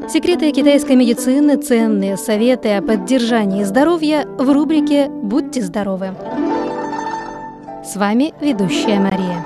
Секреты китайской медицины, ценные советы о поддержании здоровья в рубрике «Будьте здоровы». С вами ведущая Мария.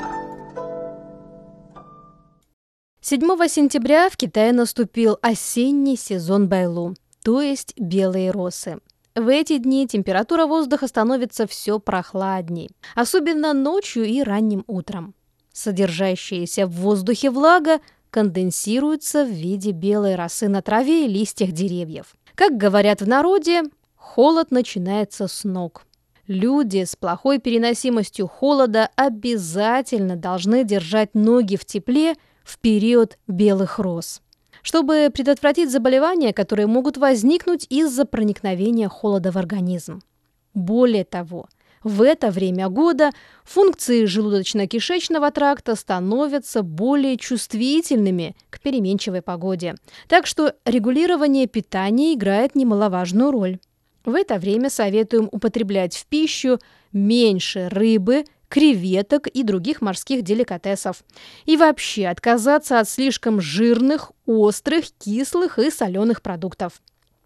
7 сентября в Китае наступил осенний сезон Байлу, то есть белые росы. В эти дни температура воздуха становится все прохладней, особенно ночью и ранним утром. Содержащаяся в воздухе влага конденсируется в виде белой росы на траве и листьях деревьев. Как говорят в народе, холод начинается с ног. Люди с плохой переносимостью холода обязательно должны держать ноги в тепле в период белых роз, чтобы предотвратить заболевания, которые могут возникнуть из-за проникновения холода в организм. Более того, в это время года функции желудочно-кишечного тракта становятся более чувствительными к переменчивой погоде, так что регулирование питания играет немаловажную роль. В это время советуем употреблять в пищу меньше рыбы, креветок и других морских деликатесов. И вообще отказаться от слишком жирных, острых, кислых и соленых продуктов.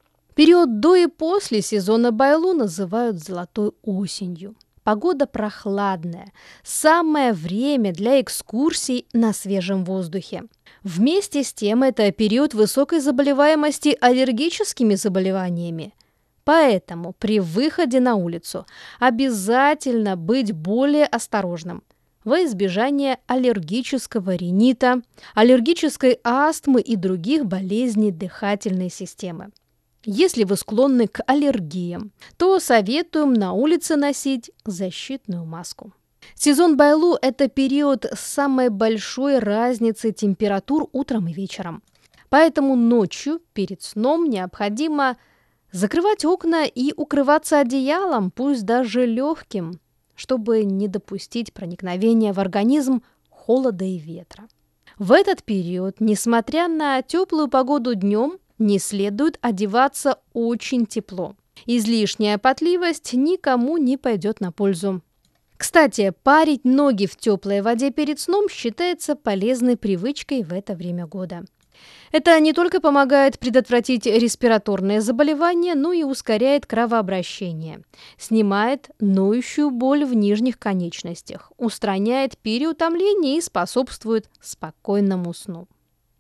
Период до и после сезона Байлу называют золотой осенью. Погода прохладная, самое время для экскурсий на свежем воздухе. Вместе с тем это период высокой заболеваемости аллергическими заболеваниями. Поэтому при выходе на улицу обязательно быть более осторожным во избежание аллергического ринита, аллергической астмы и других болезней дыхательной системы. Если вы склонны к аллергиям, то советуем на улице носить защитную маску. Сезон Байлу – это период с самой большой разницей температур утром и вечером. Поэтому ночью перед сном необходимо закрывать окна и укрываться одеялом, пусть даже легким, чтобы не допустить проникновения в организм холода и ветра. В этот период, несмотря на теплую погоду днем, не следует одеваться очень тепло. Излишняя потливость никому не пойдет на пользу. Кстати, парить ноги в теплой воде перед сном считается полезной привычкой в это время года. Это не только помогает предотвратить респираторные заболевания, но и ускоряет кровообращение, снимает ноющую боль в нижних конечностях, устраняет переутомление и способствует спокойному сну.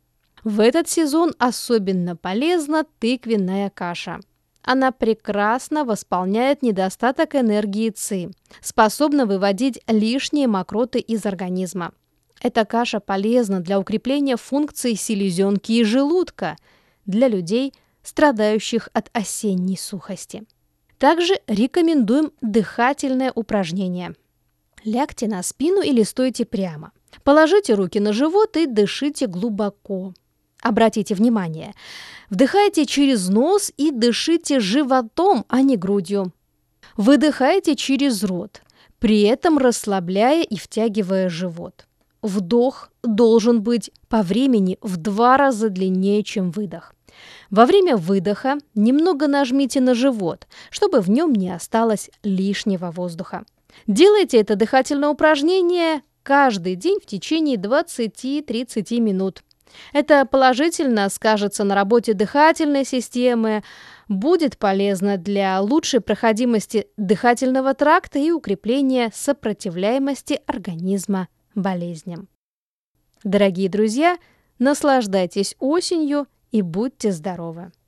В этот сезон особенно полезна тыквенная каша. Она прекрасно восполняет недостаток энергии ЦИ, способна выводить лишние мокроты из организма. Эта каша полезна для укрепления функций селезенки и желудка для людей, страдающих от осенней сухости. Также рекомендуем дыхательное упражнение. Лягте на спину или стойте прямо. Положите руки на живот и дышите глубоко. Обратите внимание, вдыхайте через нос и дышите животом, а не грудью. Выдыхайте через рот, при этом расслабляя и втягивая живот. Вдох должен быть по времени в 2 раза длиннее, чем выдох. Во время выдоха немного нажмите на живот, чтобы в нем не осталось лишнего воздуха. Делайте это дыхательное упражнение каждый день в течение 20-30 минут. Это положительно скажется на работе дыхательной системы, будет полезно для лучшей проходимости дыхательного тракта и укрепления сопротивляемости организма болезням. Дорогие друзья, наслаждайтесь осенью и будьте здоровы!